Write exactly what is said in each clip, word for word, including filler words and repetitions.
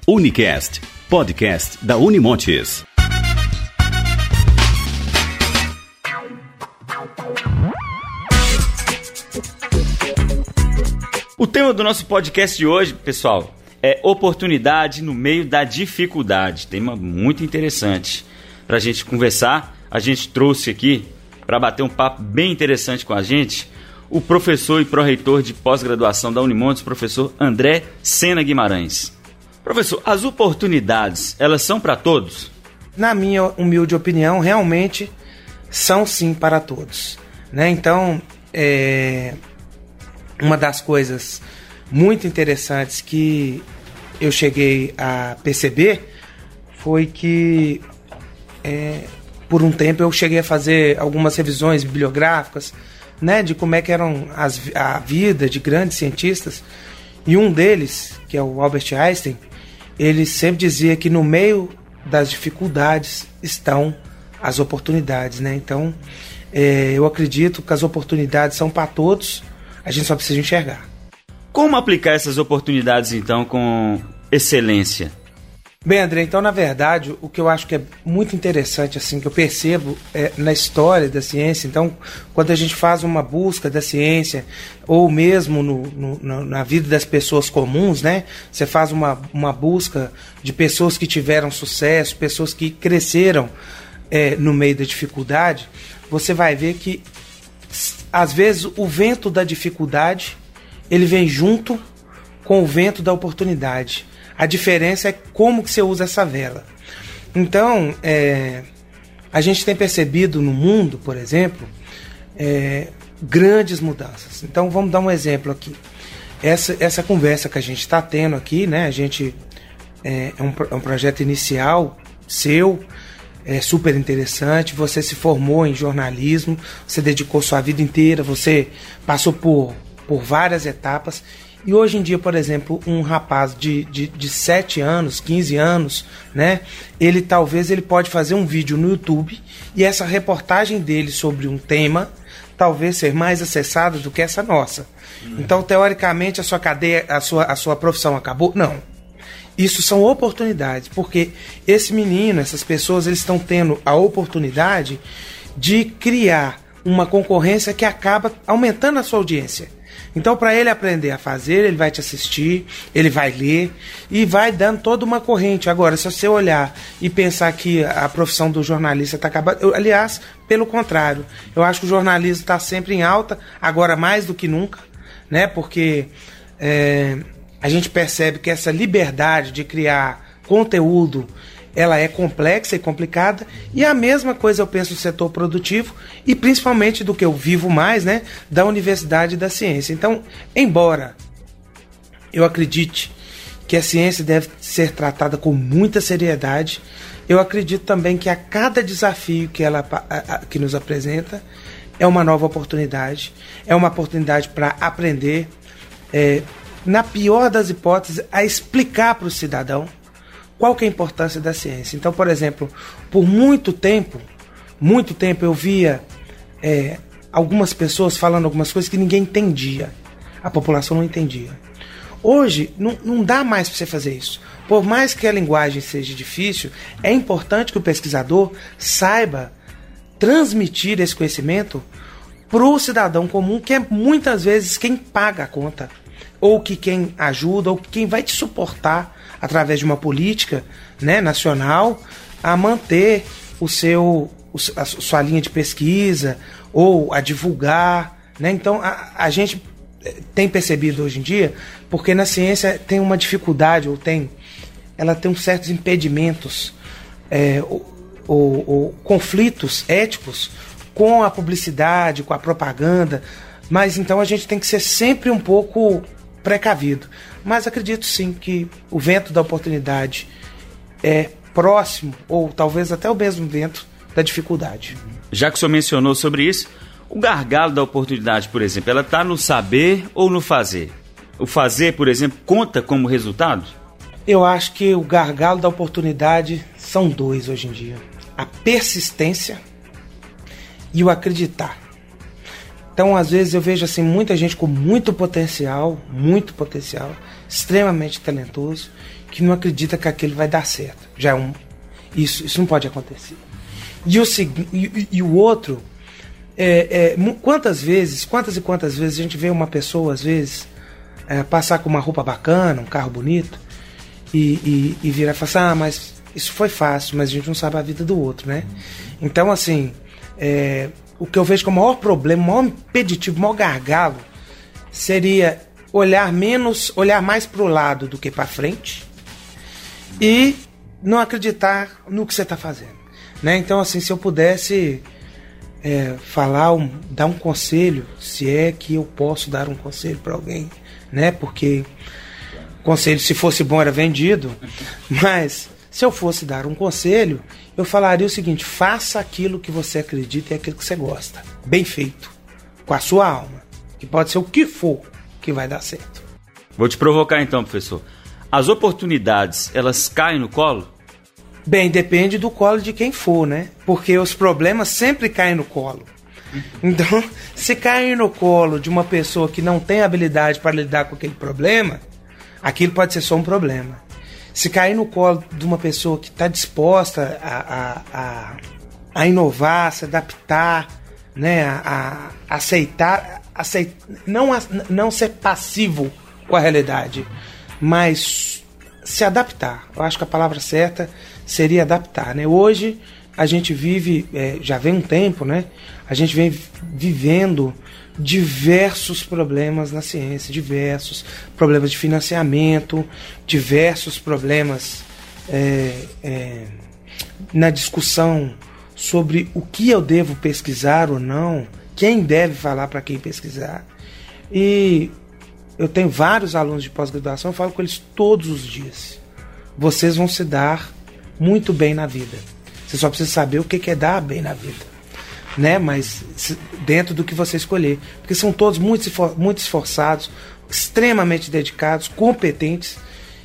Unicast, podcast da Unimontes. O tema do nosso podcast de hoje, pessoal, é oportunidade no meio da dificuldade. Tema muito interessante. Para a gente conversar, a gente trouxe aqui, para bater um papo bem interessante com a gente, o professor e pró-reitor de pós-graduação da Unimontes, professor André Sena Guimarães. Professor, as oportunidades, elas são para todos? Na minha humilde opinião, realmente são sim para todos, né? Então, é... uma das coisas muito interessantes que eu cheguei a perceber foi que, é, por um tempo, eu cheguei a fazer algumas revisões bibliográficas, né, de como é que eram as, a vida de grandes cientistas, e um deles, que é o Albert Einstein, ele sempre dizia que no meio das dificuldades estão as oportunidades, né? Então, é, eu acredito que as oportunidades são para todos, a gente só precisa enxergar. Como aplicar essas oportunidades, então, com excelência? Bem, André, então, na verdade, o que eu acho que é muito interessante, assim, que eu percebo é, na história da ciência, então, quando a gente faz uma busca da ciência, ou mesmo no, no, na vida das pessoas comuns, né? Você faz uma, uma busca de pessoas que tiveram sucesso, pessoas que cresceram é, no meio da dificuldade, você vai ver que, às vezes, o vento da dificuldade, ele vem junto com o vento da oportunidade. A diferença é como que você usa essa vela. Então, é, a gente tem percebido no mundo, por exemplo, é, grandes mudanças. Então, vamos dar um exemplo aqui. Essa, essa conversa que a gente está tendo aqui, né? A gente é, é, um, é um projeto inicial seu, é super interessante. Você se formou em jornalismo, você dedicou sua vida inteira, você passou por, por várias etapas. E hoje em dia, por exemplo, um rapaz de, de, de sete anos, quinze anos, né? Ele talvez ele pode fazer um vídeo no YouTube e essa reportagem dele sobre um tema talvez ser mais acessada do que essa nossa. Uhum. Então, teoricamente, a sua cadeia, a sua, a sua profissão acabou? Não. Isso são oportunidades, porque esse menino, essas pessoas, eles estão tendo a oportunidade de criar uma concorrência que acaba aumentando a sua audiência. Então, para ele aprender a fazer, ele vai te assistir, ele vai ler e vai dando toda uma corrente. Agora, se você olhar e pensar que a profissão do jornalista está acabando... Eu, aliás, pelo contrário, eu acho que o jornalismo está sempre em alta, agora mais do que nunca, né? Porque é, a gente percebe que essa liberdade de criar conteúdo, ela é complexa e complicada, e a mesma coisa eu penso no setor produtivo, e principalmente do que eu vivo mais, né, da universidade e da ciência. Então, embora eu acredite que a ciência deve ser tratada com muita seriedade, eu acredito também que a cada desafio que ela a, a, que nos apresenta é uma nova oportunidade, é uma oportunidade para aprender, é, na pior das hipóteses, a explicar para o cidadão qual que é a importância da ciência. Então, por exemplo, por muito tempo, muito tempo eu via é, algumas pessoas falando algumas coisas que ninguém entendia. A população não entendia. Hoje, não, não dá mais para você fazer isso. Por mais que a linguagem seja difícil, é importante que o pesquisador saiba transmitir esse conhecimento para o cidadão comum, que é muitas vezes quem paga a conta, ou que quem ajuda, ou quem vai te suportar através de uma política, né, nacional, a manter o seu, a sua linha de pesquisa, ou a divulgar, né? Então, a, a gente tem percebido hoje em dia, porque na ciência tem uma dificuldade, ou tem, ela tem uns certos impedimentos, é, ou, ou, ou conflitos éticos com a publicidade, com a propaganda, mas então a gente tem que ser sempre um pouco precavido. Mas acredito sim que o vento da oportunidade é próximo, ou talvez até o mesmo vento da dificuldade. Já que o senhor mencionou sobre isso, o gargalo da oportunidade, por exemplo, ela está no saber ou no fazer? O fazer, por exemplo, conta como resultado? Eu acho que o gargalo da oportunidade são dois hoje em dia. A persistência e o acreditar. Então, às vezes, eu vejo assim, muita gente com muito potencial, muito potencial, extremamente talentoso, que não acredita que aquilo vai dar certo. Já é um, isso, isso não pode acontecer. E o, e, e o outro, é, é, quantas vezes, quantas e quantas vezes a gente vê uma pessoa, às vezes, é, passar com uma roupa bacana, um carro bonito, e, e, e virar e falar assim, ah, mas isso foi fácil, mas a gente não sabe a vida do outro, né? Então, assim, é, o que eu vejo como o maior problema, o maior impeditivo, o maior gargalo, seria olhar menos, olhar mais para o lado do que para frente e não acreditar no que você está fazendo, né? Então, assim, se eu pudesse é, falar, um, dar um conselho, se é que eu posso dar um conselho para alguém, né? Porque conselho, se fosse bom, era vendido, mas se eu fosse dar um conselho, eu falaria o seguinte: faça aquilo que você acredita e aquilo que você gosta, bem feito, com a sua alma, que pode ser o que for que vai dar certo. Vou te provocar então, professor. As oportunidades, elas caem no colo? Bem, depende do colo de quem for, né? Porque os problemas sempre caem no colo. Então, se cair no colo de uma pessoa que não tem habilidade para lidar com aquele problema, aquilo pode ser só um problema. Se cair no colo de uma pessoa que está disposta a, a, a, a inovar, a se adaptar, né, a, a aceitar, aceit, não, a, não ser passivo com a realidade, mas se adaptar. Eu acho que a palavra certa seria adaptar, né? Hoje a gente vive, é, já vem um tempo, né? A gente vem vivendo diversos problemas na ciência, diversos problemas de financiamento, diversos problemas é, é, na discussão sobre o que eu devo pesquisar ou não, quem deve falar para quem pesquisar. E eu tenho vários alunos de pós-graduação, eu falo com eles todos os dias. Vocês vão se dar muito bem na vida. Você só precisa saber o que é dar bem na vida, né? Mas dentro do que você escolher, porque são todos muito, muito esforçados, extremamente dedicados, competentes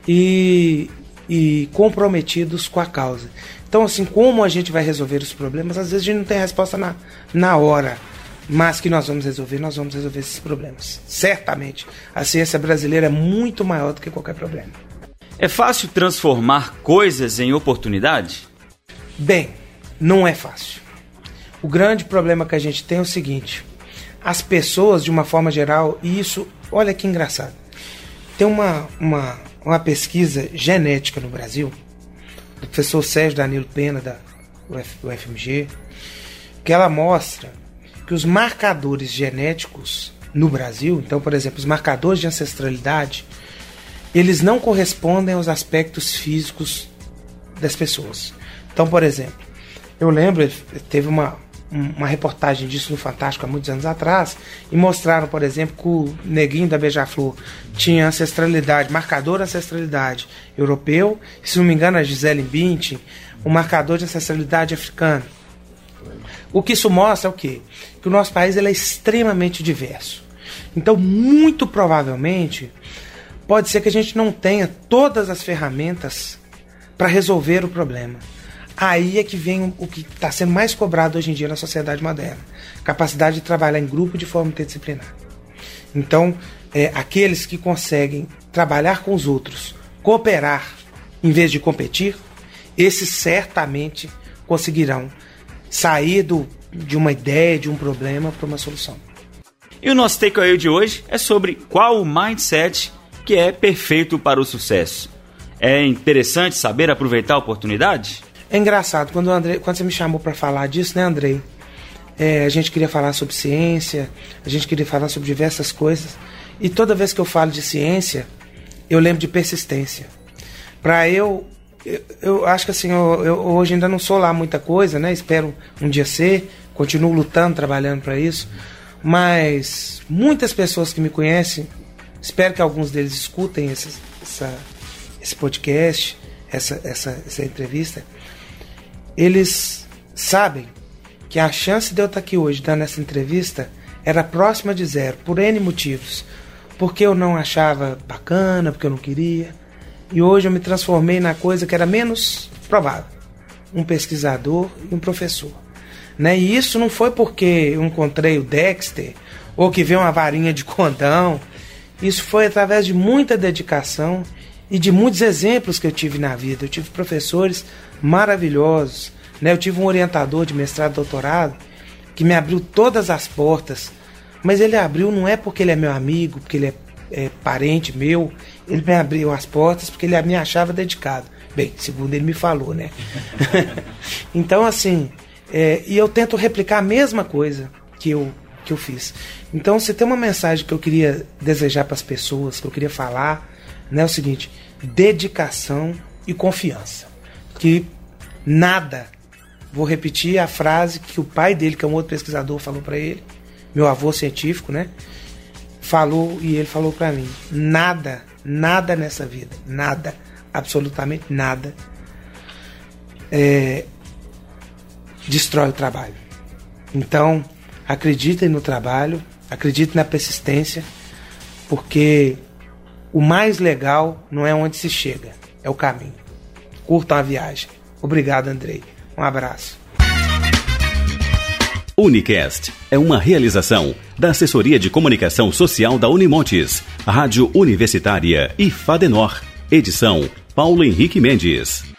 e, e comprometidos com a causa. Então, assim, como a gente vai resolver os problemas? Às vezes a gente não tem a resposta na, na hora, mas que nós vamos resolver, nós vamos resolver esses problemas. Certamente, a ciência brasileira é muito maior do que qualquer problema. É fácil transformar coisas em oportunidade? Bem, não é fácil. O grande problema que a gente tem é o seguinte: as pessoas, de uma forma geral, e isso, olha que engraçado, tem uma, uma, uma pesquisa genética no Brasil, do professor Sérgio Danilo Pena, da U F M G, que ela mostra que os marcadores genéticos no Brasil, então, por exemplo, os marcadores de ancestralidade, eles não correspondem aos aspectos físicos das pessoas. Então, por exemplo, eu lembro, teve uma, uma reportagem disso no Fantástico há muitos anos atrás, e mostraram, por exemplo, que o neguinho da Beija-Flor tinha ancestralidade, marcador de ancestralidade europeu, se não me engano a Gisele Bündchen, um marcador de ancestralidade africano. O que isso mostra é o quê? Que o nosso país ele é extremamente diverso. Então, muito provavelmente, pode ser que a gente não tenha todas as ferramentas para resolver o problema. Aí é que vem o que está sendo mais cobrado hoje em dia na sociedade moderna: capacidade de trabalhar em grupo de forma interdisciplinar. Então, é, aqueles que conseguem trabalhar com os outros, cooperar em vez de competir, esses certamente conseguirão sair do, de uma ideia, de um problema, para uma solução. E o nosso takeaway de hoje é sobre qual o mindset que é perfeito para o sucesso. É interessante saber aproveitar a oportunidade? É engraçado, quando, o Andrei, quando você me chamou para falar disso, né, Andrei? É, a gente queria falar sobre ciência, a gente queria falar sobre diversas coisas, e toda vez que eu falo de ciência, eu lembro de persistência. Para eu, eu, eu acho que assim, eu, eu hoje ainda não sou lá muita coisa, né? Espero um dia ser, continuo lutando, trabalhando para isso, mas muitas pessoas que me conhecem, espero que alguns deles escutem esse, essa, esse podcast, essa, essa, essa entrevista. Eles sabem que a chance de eu estar aqui hoje dando essa entrevista era próxima de zero, por N motivos. Porque eu não achava bacana, porque eu não queria. E hoje eu me transformei na coisa que era menos provável: um pesquisador e um professor. Né? E isso não foi porque eu encontrei o Dexter, ou que veio uma varinha de condão, Isso foi através de muita dedicação e de muitos exemplos que eu tive na vida. Eu tive professores maravilhosos, né? Eu tive um orientador de mestrado e doutorado que me abriu todas as portas, mas ele abriu não é porque ele é meu amigo, porque ele é, é parente meu, ele me abriu as portas porque ele me achava dedicado. Bem, segundo ele me falou, né? Então, assim, é, e eu tento replicar a mesma coisa que eu, que eu fiz. Então, se tem uma mensagem que eu queria desejar para as pessoas, que eu queria falar, né, é o seguinte: dedicação e confiança. Que nada, vou repetir a frase que o pai dele, que é um outro pesquisador, falou para ele, meu avô científico, né? Falou, e ele falou para mim: nada, nada nessa vida, nada, absolutamente nada, é, destrói o trabalho. Então, acreditem no trabalho, acreditem na persistência, porque o mais legal não é onde se chega, é o caminho. Curtam a viagem. Obrigado, Andrei. Um abraço. Unicast é uma realização da Assessoria de Comunicação Social da Unimontes, Rádio Universitária e Fadenor. Edição Paulo Henrique Mendes.